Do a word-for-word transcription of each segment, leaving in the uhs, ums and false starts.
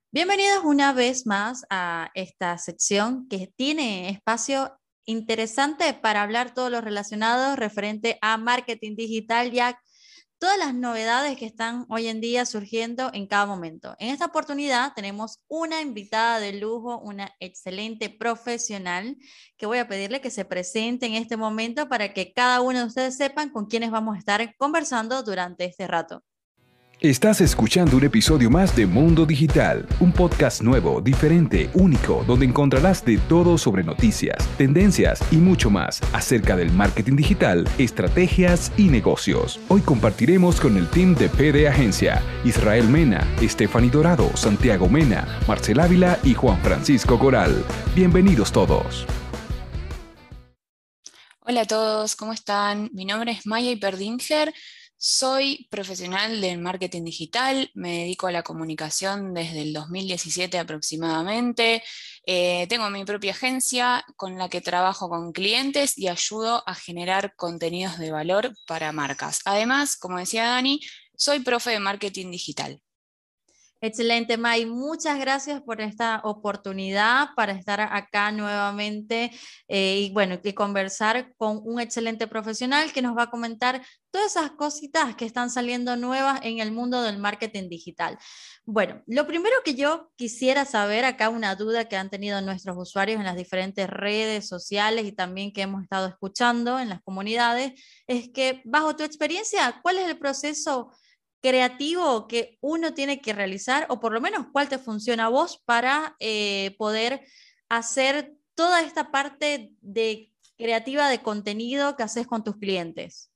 Bienvenidos una vez más a esta sección que tiene espacio interesante para hablar todo lo relacionado referente a marketing digital, ya todas las novedades que están hoy en día surgiendo en cada momento. En esta oportunidad tenemos una invitada de lujo, una excelente profesional, que voy a pedirle que se presente en este momento para que cada uno de ustedes sepan con quiénes vamos a estar conversando durante este rato. Estás escuchando un episodio más de Mundo Digital, un podcast nuevo, diferente, único, donde encontrarás de todo sobre noticias, tendencias y mucho más acerca del marketing digital, estrategias y negocios. Hoy compartiremos con el team de P D Agencia, Israel Mena, Stephanie Dorado, Santiago Mena, Marcel Ávila y Juan Francisco Coral. Bienvenidos todos. Hola a todos, ¿cómo están? Mi nombre es Maya Iperdinger. Soy profesional del marketing digital, me dedico a la comunicación desde el dos mil diecisiete aproximadamente. Eh, tengo mi propia agencia con la que trabajo con clientes y ayudo a generar contenidos de valor para marcas. Además, como decía Dani, soy profe de marketing digital. Excelente, May. Muchas gracias por esta oportunidad para estar acá nuevamente eh, y bueno, y conversar con un excelente profesional que nos va a comentar todas esas cositas que están saliendo nuevas en el mundo del marketing digital. Bueno, lo primero que yo quisiera saber, acá una duda que han tenido nuestros usuarios en las diferentes redes sociales y también que hemos estado escuchando en las comunidades, es que bajo tu experiencia, ¿cuál es el proceso creativo que uno tiene que realizar, o por lo menos cuál te funciona a vos para eh, poder hacer toda esta parte de creativa de contenido que haces con tus clientes?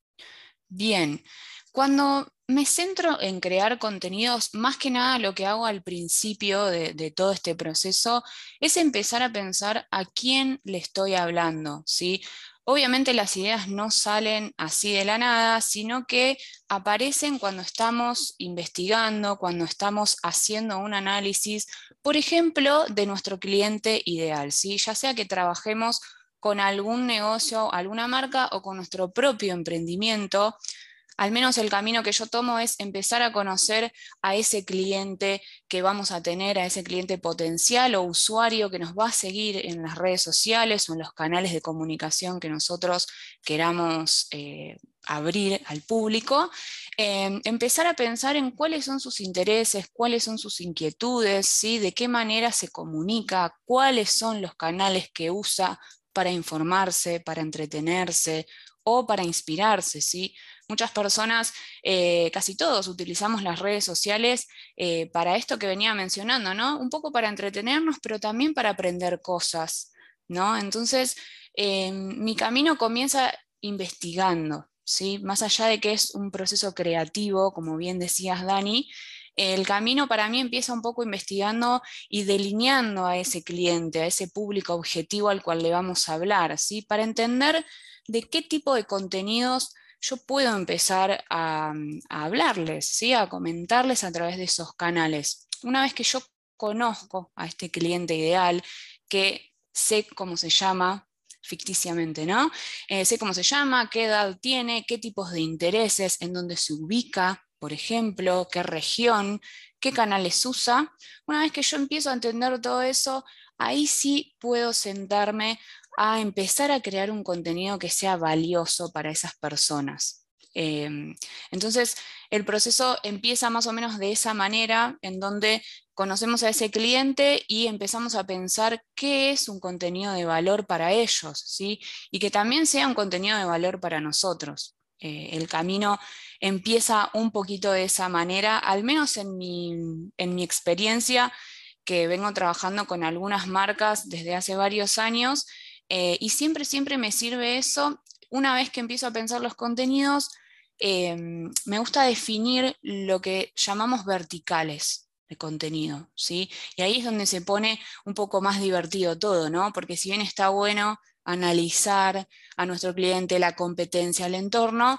Bien, cuando me centro en crear contenidos, más que nada lo que hago al principio de, de todo este proceso es empezar a pensar a quién le estoy hablando, ¿sí? Obviamente las ideas no salen así de la nada, sino que aparecen cuando estamos investigando, cuando estamos haciendo un análisis, por ejemplo, de nuestro cliente ideal, ¿sí? Ya sea que trabajemos con algún negocio, alguna marca o con nuestro propio emprendimiento. Al menos el camino que yo tomo es empezar a conocer a ese cliente que vamos a tener, a ese cliente potencial o usuario que nos va a seguir en las redes sociales o en los canales de comunicación que nosotros queramos eh, abrir al público. Eh, empezar a pensar en cuáles son sus intereses, cuáles son sus inquietudes, ¿sí? De qué manera se comunica, cuáles son los canales que usa para informarse, para entretenerse o para inspirarse, ¿sí? Muchas personas, eh, casi todos, utilizamos las redes sociales eh, para esto que venía mencionando, ¿no? Un poco para entretenernos, pero también para aprender cosas, ¿no? Entonces, eh, mi camino comienza investigando, ¿sí? Más allá de que es un proceso creativo, como bien decías, Dani, el camino para mí empieza un poco investigando y delineando a ese cliente, a ese público objetivo al cual le vamos a hablar, ¿sí? Para entender de qué tipo de contenidos yo puedo empezar a, a hablarles, ¿sí? A comentarles a través de esos canales. Una vez que yo conozco a este cliente ideal, que sé cómo se llama, ficticiamente, ¿no? Eh, sé cómo se llama, qué edad tiene, qué tipos de intereses, en dónde se ubica, por ejemplo, qué región, qué canales usa. Una vez que yo empiezo a entender todo eso, ahí sí puedo sentarme a empezar a crear un contenido que sea valioso para esas personas. Eh, entonces, el proceso empieza más o menos de esa manera, en donde conocemos a ese cliente y empezamos a pensar qué es un contenido de valor para ellos, ¿sí? Y que también sea un contenido de valor para nosotros. Eh, el camino empieza un poquito de esa manera, al menos en mi, en mi experiencia, que vengo trabajando con algunas marcas desde hace varios años. Eh, y siempre, siempre me sirve eso. Una vez que empiezo a pensar los contenidos, eh, me gusta definir lo que llamamos verticales de contenido, ¿sí? Y ahí es donde se pone un poco más divertido todo, ¿no? Porque si bien está bueno analizar a nuestro cliente, la competencia, el entorno,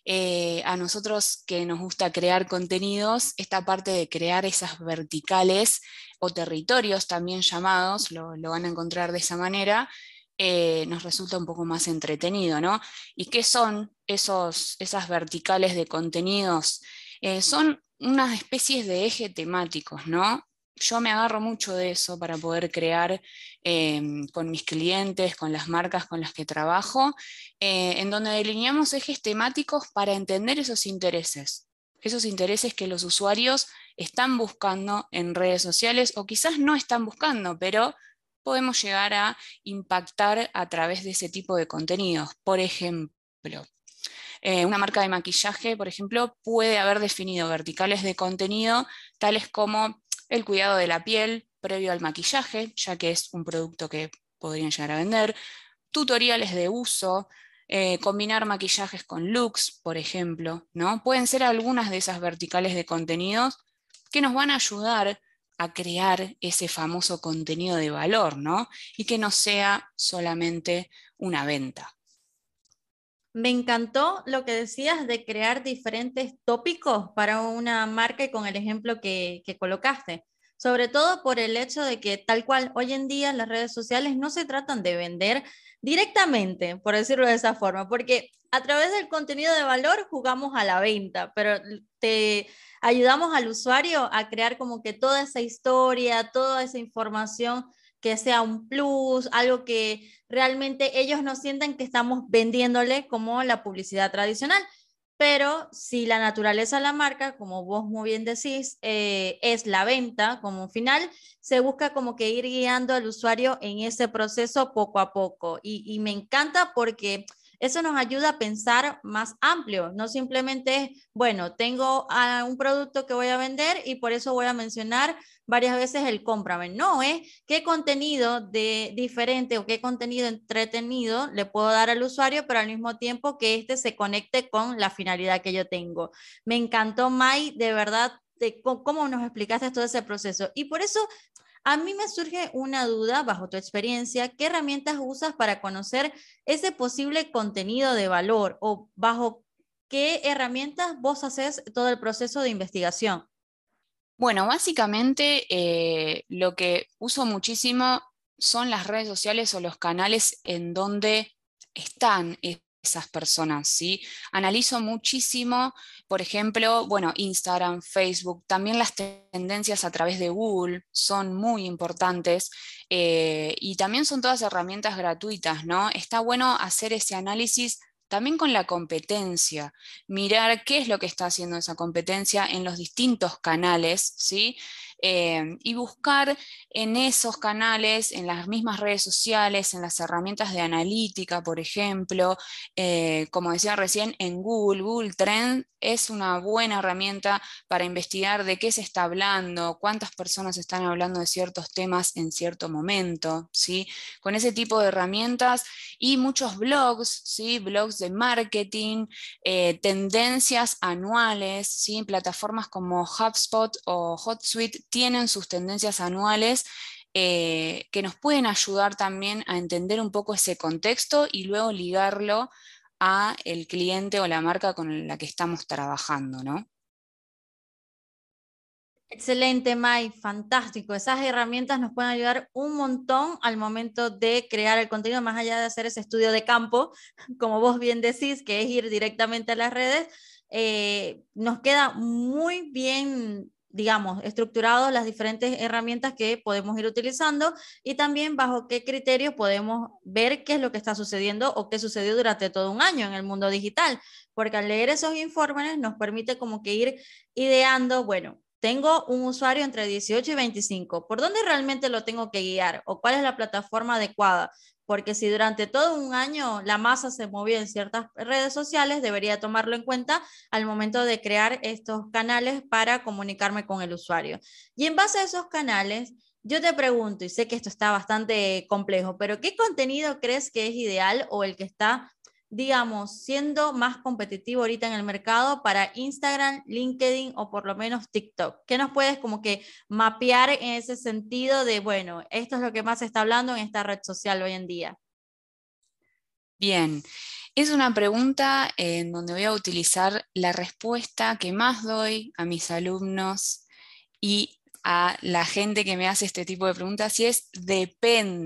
eh, a nosotros que nos gusta crear contenidos, esta parte de crear esas verticales o territorios también llamados, lo, lo van a encontrar de esa manera, eh, nos resulta un poco más entretenido, ¿no? ¿Y qué son esos, esas verticales de contenidos? Eh, son unas especies de eje temáticos, ¿no? yo me agarro mucho de eso para poder crear eh, con mis clientes, con las marcas con las que trabajo, eh, en donde delineamos ejes temáticos para entender esos intereses, esos intereses que los usuarios están buscando en redes sociales o quizás no están buscando, pero podemos llegar a impactar a través de ese tipo de contenidos. Por ejemplo, eh, una marca de maquillaje, por ejemplo, puede haber definido verticales de contenido tales como el cuidado de la piel previo al maquillaje, ya que es un producto que podrían llegar a vender, tutoriales de uso, eh, combinar maquillajes con looks, por ejemplo, ¿no? Pueden ser algunas de esas verticales de contenidos que nos van a ayudar a crear ese famoso contenido de valor, ¿no? Y que no sea solamente una venta. Me encantó lo que decías de crear diferentes tópicos para una marca y con el ejemplo que, que colocaste. Sobre todo por el hecho de que tal cual hoy en día las redes sociales no se tratan de vender directamente, por decirlo de esa forma, porque a través del contenido de valor jugamos a la venta, pero te ayudamos al usuario a crear como que toda esa historia, toda esa información que sea un plus, algo que realmente ellos no sienten que estamos vendiéndole como la publicidad tradicional. Pero si la naturaleza de la marca, como vos muy bien decís, eh, es la venta como final, se busca como que ir guiando al usuario en ese proceso poco a poco. Y, y me encanta porque eso nos ayuda a pensar más amplio, no simplemente es, bueno, tengo uh, un producto que voy a vender y por eso voy a mencionar varias veces el cómprame. No, es qué contenido de diferente o qué contenido entretenido le puedo dar al usuario, pero al mismo tiempo que éste se conecte con la finalidad que yo tengo. Me encantó, Mai, de verdad, de cómo nos explicaste todo ese proceso. Y por eso a mí me surge una duda, bajo tu experiencia, ¿qué herramientas usas para conocer ese posible contenido de valor o bajo qué herramientas vos haces todo el proceso de investigación? Bueno, básicamente eh, lo que uso muchísimo son las redes sociales o los canales en donde están esas personas, ¿sí? Analizo muchísimo, por ejemplo, bueno, Instagram, Facebook, también las tendencias a través de Google son muy importantes, eh, y también son todas herramientas gratuitas, ¿no? Está bueno hacer ese análisis también con la competencia, mirar qué es lo que está haciendo esa competencia en los distintos canales, ¿sí? Eh, y buscar en esos canales, en las mismas redes sociales, en las herramientas de analítica, por ejemplo, eh, como decía recién, en Google, Google Trend es una buena herramienta para investigar de qué se está hablando, cuántas personas están hablando de ciertos temas en cierto momento, ¿sí? Con ese tipo de herramientas y muchos blogs, ¿sí? Blogs de marketing, eh, tendencias anuales, ¿sí? Plataformas como HubSpot o HotSuite tienen sus tendencias anuales, eh, que nos pueden ayudar también a entender un poco ese contexto y luego ligarlo a el cliente o la marca con la que estamos trabajando, ¿no? Excelente, Mai, fantástico. Esas herramientas nos pueden ayudar un montón al momento de crear el contenido, más allá de hacer ese estudio de campo, como vos bien decís, que es ir directamente a las redes. Eh, nos queda muy bien, digamos, estructurados las diferentes herramientas que podemos ir utilizando y también bajo qué criterios podemos ver qué es lo que está sucediendo o qué sucedió durante todo un año en el mundo digital, porque al leer esos informes nos permite como que ir ideando, bueno, tengo un usuario entre dieciocho y veinticinco. ¿Por dónde realmente lo tengo que guiar? ¿O cuál es la plataforma adecuada? Porque si durante todo un año la masa se movió en ciertas redes sociales, debería tomarlo en cuenta al momento de crear estos canales para comunicarme con el usuario. Y en base a esos canales, yo te pregunto, y sé que esto está bastante complejo, pero ¿qué contenido crees que es ideal o el que está, digamos, siendo más competitivo ahorita en el mercado para Instagram, LinkedIn o por lo menos TikTok? ¿Qué nos puedes como que mapear en ese sentido de, bueno, esto es lo que más se está hablando en esta red social hoy en día? Bien, es una pregunta en donde voy a utilizar la respuesta que más doy a mis alumnos y a la gente que me hace este tipo de preguntas, y es depende.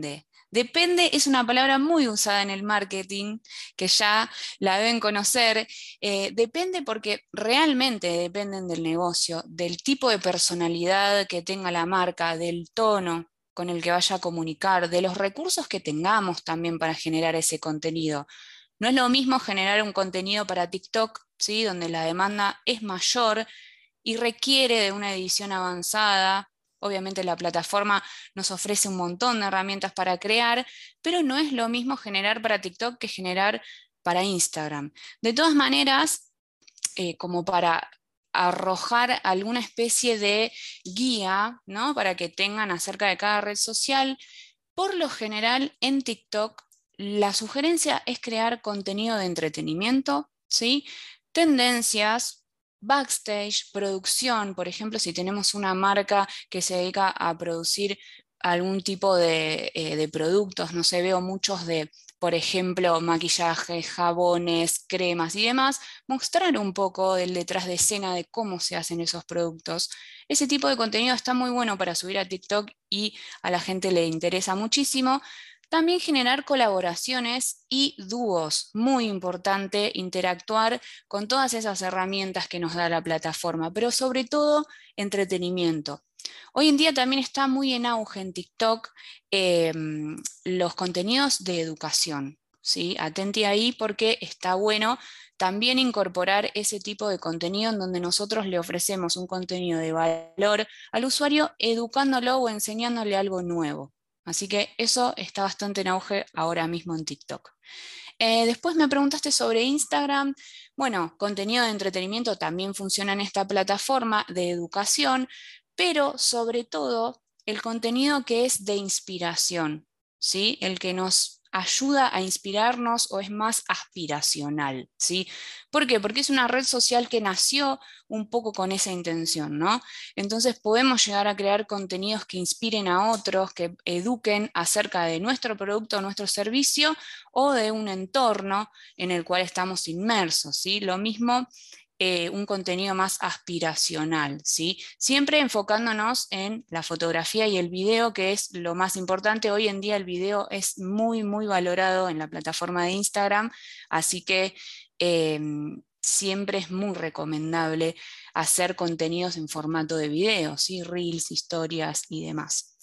Depende es una palabra muy usada en el marketing, que ya la deben conocer. Eh, depende porque realmente dependen del negocio, del tipo de personalidad que tenga la marca, del tono con el que vaya a comunicar, de los recursos que tengamos también para generar ese contenido. No es lo mismo generar un contenido para TikTok, ¿sí? Donde la demanda es mayor y requiere de una edición avanzada. Obviamente la plataforma nos ofrece un montón de herramientas para crear, pero no es lo mismo generar para TikTok que generar para Instagram. De todas maneras, eh, como para arrojar alguna especie de guía, ¿no? Para que tengan acerca de cada red social, por lo general en TikTok la sugerencia es crear contenido de entretenimiento, ¿sí? Tendencias, backstage, producción. Por ejemplo, si tenemos una marca que se dedica a producir algún tipo de, eh, de productos, no sé, veo muchos de, por ejemplo, maquillaje, jabones, cremas y demás, mostrar un poco del detrás de escena de cómo se hacen esos productos. Ese tipo de contenido está muy bueno para subir a TikTok y a la gente le interesa muchísimo. También generar colaboraciones y dúos, muy importante interactuar con todas esas herramientas que nos da la plataforma, pero sobre todo entretenimiento. Hoy en día también está muy en auge en TikTok eh, los contenidos de educación, ¿sí? Atenti ahí porque está bueno también incorporar ese tipo de contenido en donde nosotros le ofrecemos un contenido de valor al usuario, educándolo o enseñándole algo nuevo. Así que eso está bastante en auge ahora mismo en TikTok. Eh, después me preguntaste sobre Instagram. Bueno, contenido de entretenimiento también funciona en esta plataforma de educación, pero sobre todo el contenido que es de inspiración, ¿sí? El que nos ayuda a inspirarnos o es más aspiracional, ¿sí? ¿Por qué? Porque es una red social que nació un poco con esa intención, ¿no? Entonces podemos llegar a crear contenidos que inspiren a otros, que eduquen acerca de nuestro producto o nuestro servicio o de un entorno en el cual estamos inmersos, ¿sí? Lo mismo eh, un contenido más aspiracional, ¿sí? Siempre enfocándonos en la fotografía y el video, que es lo más importante. Hoy en día el video es muy, muy valorado en la plataforma de Instagram, así que eh, siempre es muy recomendable hacer contenidos en formato de video, ¿sí? Reels, historias y demás.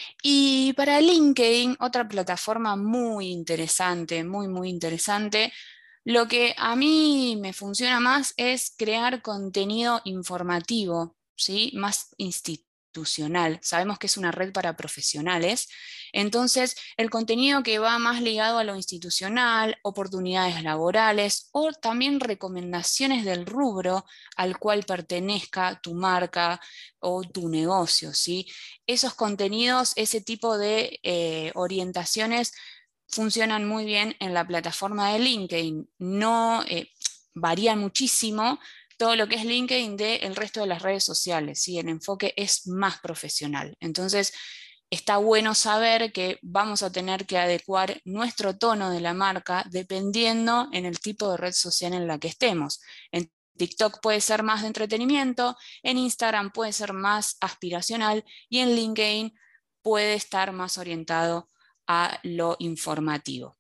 Y para LinkedIn, otra plataforma muy interesante, muy, muy interesante. Lo que a mí me funciona más es crear contenido informativo, ¿sí? Más institucional. Sabemos que es una red para profesionales, entonces el contenido que va más ligado a lo institucional, oportunidades laborales o también recomendaciones del rubro al cual pertenezca tu marca o tu negocio, ¿sí? Esos contenidos, ese tipo de eh, orientaciones funcionan muy bien en la plataforma de LinkedIn. No eh, varían muchísimo todo lo que es LinkedIn del resto de las redes sociales, ¿sí? El enfoque es más profesional. Entonces, está bueno saber que vamos a tener que adecuar nuestro tono de la marca dependiendo en el tipo de red social en la que estemos. En TikTok puede ser más de entretenimiento, en Instagram puede ser más aspiracional y en LinkedIn puede estar más orientado a lo informativo.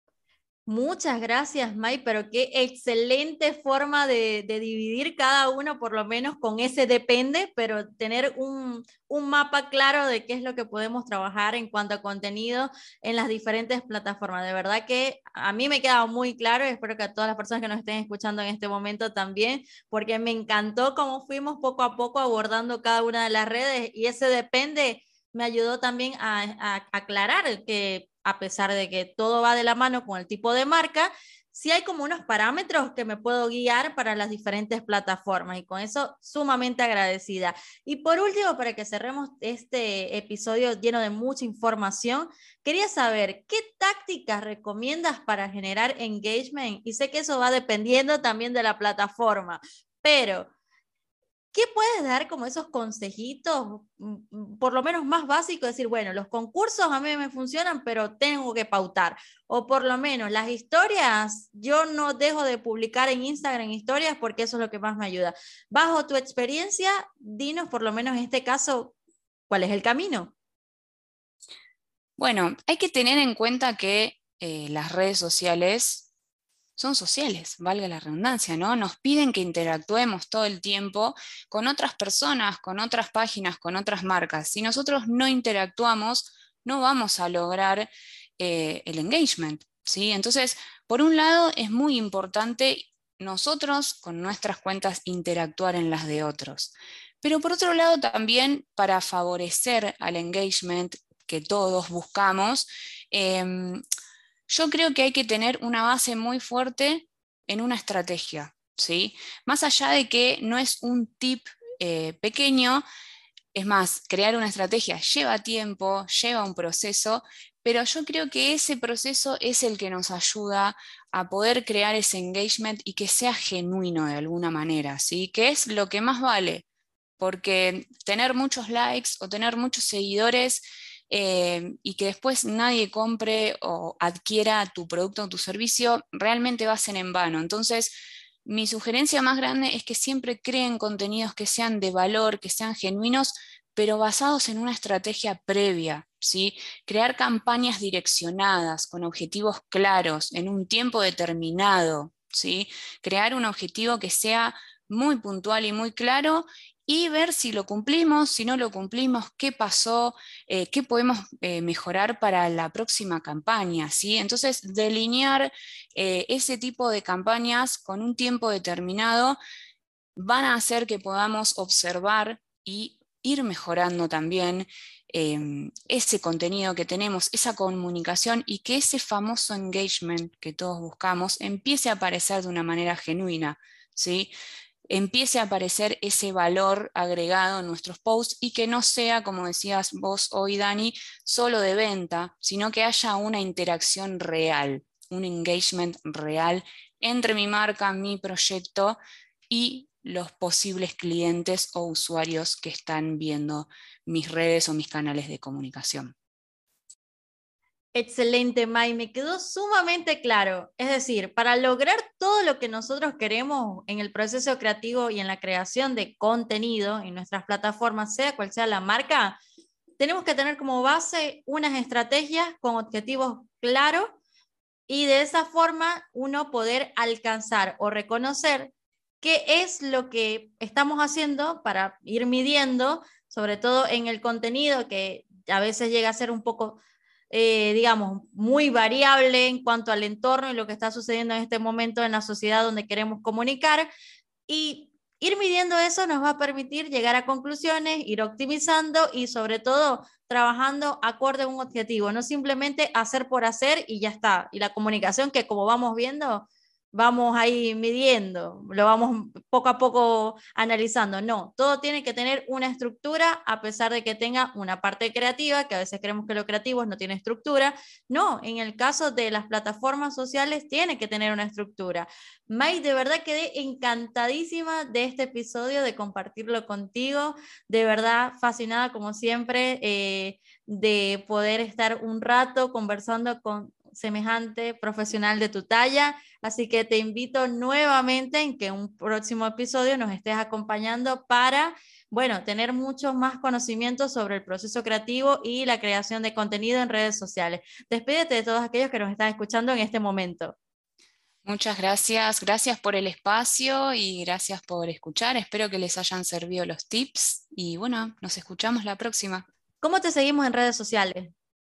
Muchas gracias, May, pero qué excelente forma de, de dividir cada uno, por lo menos con ese depende, pero tener un, un mapa claro de qué es lo que podemos trabajar en cuanto a contenido en las diferentes plataformas. De verdad que a mí me queda muy claro y espero que a todas las personas que nos estén escuchando en este momento también, porque me encantó cómo fuimos poco a poco abordando cada una de las redes y ese depende me ayudó también a, a aclarar que a pesar de que todo va de la mano con el tipo de marca, sí hay como unos parámetros que me puedo guiar para las diferentes plataformas y con eso sumamente agradecida. Y por último, para que cerremos este episodio lleno de mucha información, quería saber qué tácticas recomiendas para generar engagement y sé que eso va dependiendo también de la plataforma, pero ¿qué puedes dar como esos consejitos, por lo menos más básicos? Decir, bueno, los concursos a mí me funcionan, pero tengo que pautar. O por lo menos las historias, yo no dejo de publicar en Instagram historias porque eso es lo que más me ayuda. Bajo tu experiencia, dinos por lo menos en este caso, ¿cuál es el camino? Bueno, hay que tener en cuenta que eh, las redes sociales son sociales, valga la redundancia, ¿no? Nos piden que interactuemos todo el tiempo con otras personas, con otras páginas, con otras marcas. Si nosotros no interactuamos, no vamos a lograr eh, el engagement, ¿sí? Entonces, por un lado, es muy importante nosotros con nuestras cuentas interactuar en las de otros. Pero por otro lado, también para favorecer al engagement que todos buscamos, eh, yo creo que hay que tener una base muy fuerte en una estrategia, ¿sí? Más allá de que no es un tip eh, pequeño, es más, crear una estrategia lleva tiempo, lleva un proceso, pero yo creo que ese proceso es el que nos ayuda a poder crear ese engagement y que sea genuino de alguna manera, ¿sí? Que es lo que más vale, porque tener muchos likes o tener muchos seguidores eh, y que después nadie compre o adquiera tu producto o tu servicio, realmente va a ser en vano. Entonces, mi sugerencia más grande es que siempre creen contenidos que sean de valor, que sean genuinos, pero basados en una estrategia previa, ¿sí? Crear campañas direccionadas, con objetivos claros, en un tiempo determinado, ¿sí? Crear un objetivo que sea muy puntual y muy claro y ver si lo cumplimos, si no lo cumplimos, qué pasó, eh, qué podemos eh, mejorar para la próxima campaña, ¿sí? Entonces, delinear eh, ese tipo de campañas con un tiempo determinado van a hacer que podamos observar y ir mejorando también eh, ese contenido que tenemos, esa comunicación y que ese famoso engagement que todos buscamos empiece a aparecer de una manera genuina, ¿sí? Empiece a aparecer ese valor agregado en nuestros posts y que no sea, como decías vos hoy, Dani, solo de venta, sino que haya una interacción real, un engagement real entre mi marca, mi proyecto y los posibles clientes o usuarios que están viendo mis redes o mis canales de comunicación. Excelente, Mai, me quedó sumamente claro. Es decir, para lograr todo lo que nosotros queremos en el proceso creativo y en la creación de contenido en nuestras plataformas, sea cual sea la marca, tenemos que tener como base unas estrategias con objetivos claros y de esa forma uno poder alcanzar o reconocer qué es lo que estamos haciendo para ir midiendo, sobre todo en el contenido que a veces llega a ser un poco eh, digamos, muy variable en cuanto al entorno y lo que está sucediendo en este momento en la sociedad donde queremos comunicar. Y ir midiendo eso nos va a permitir llegar a conclusiones, ir optimizando y sobre todo trabajando acorde a un objetivo, no simplemente hacer por hacer y ya está. Y la comunicación que como vamos viendo, vamos ahí midiendo, lo vamos poco a poco analizando. No, todo tiene que tener una estructura a pesar de que tenga una parte creativa, que a veces creemos que lo creativo no tiene estructura. No, en el caso de las plataformas sociales tiene que tener una estructura. May, de verdad quedé encantadísima de este episodio, de compartirlo contigo, de verdad fascinada como siempre eh, de poder estar un rato conversando con semejante profesional de tu talla, así que te invito nuevamente en que en un próximo episodio nos estés acompañando para, bueno, tener muchos más conocimientos sobre el proceso creativo y la creación de contenido en redes sociales. Despídete de todos aquellos que nos están escuchando en este momento. Muchas gracias, gracias por el espacio y gracias por escuchar. Espero que les hayan servido los tips y bueno, nos escuchamos la próxima. ¿Cómo te seguimos en redes sociales?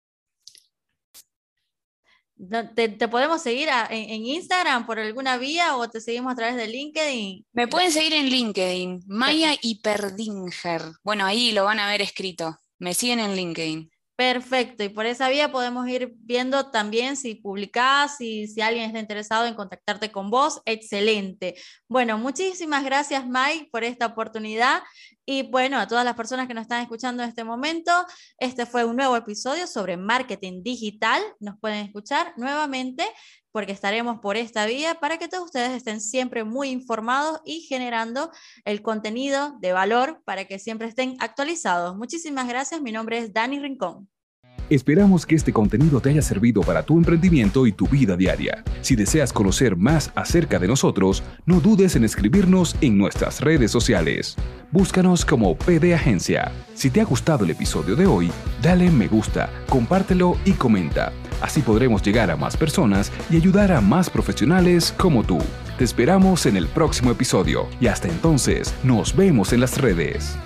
¿Te, te podemos seguir a, en, en Instagram por alguna vía o te seguimos a través de LinkedIn? Me pueden seguir en LinkedIn, Maya Hiperdinger. Bueno, ahí lo van a ver escrito. Me siguen en LinkedIn. Perfecto, y por esa vía podemos ir viendo también si publicás, si, si alguien está interesado en contactarte con vos. Excelente. Bueno, muchísimas gracias, Mike, por esta oportunidad. Y bueno, a todas las personas que nos están escuchando en este momento, este fue un nuevo episodio sobre marketing digital. Nos pueden escuchar nuevamente porque estaremos por esta vía para que todos ustedes estén siempre muy informados y generando el contenido de valor para que siempre estén actualizados. Muchísimas gracias. Mi nombre es Dani Rincón. Esperamos que este contenido te haya servido para tu emprendimiento y tu vida diaria. Si deseas conocer más acerca de nosotros, no dudes en escribirnos en nuestras redes sociales. Búscanos como P D Agencia. Si te ha gustado el episodio de hoy, dale me gusta, compártelo y comenta. Así podremos llegar a más personas y ayudar a más profesionales como tú. Te esperamos en el próximo episodio y hasta entonces nos vemos en las redes.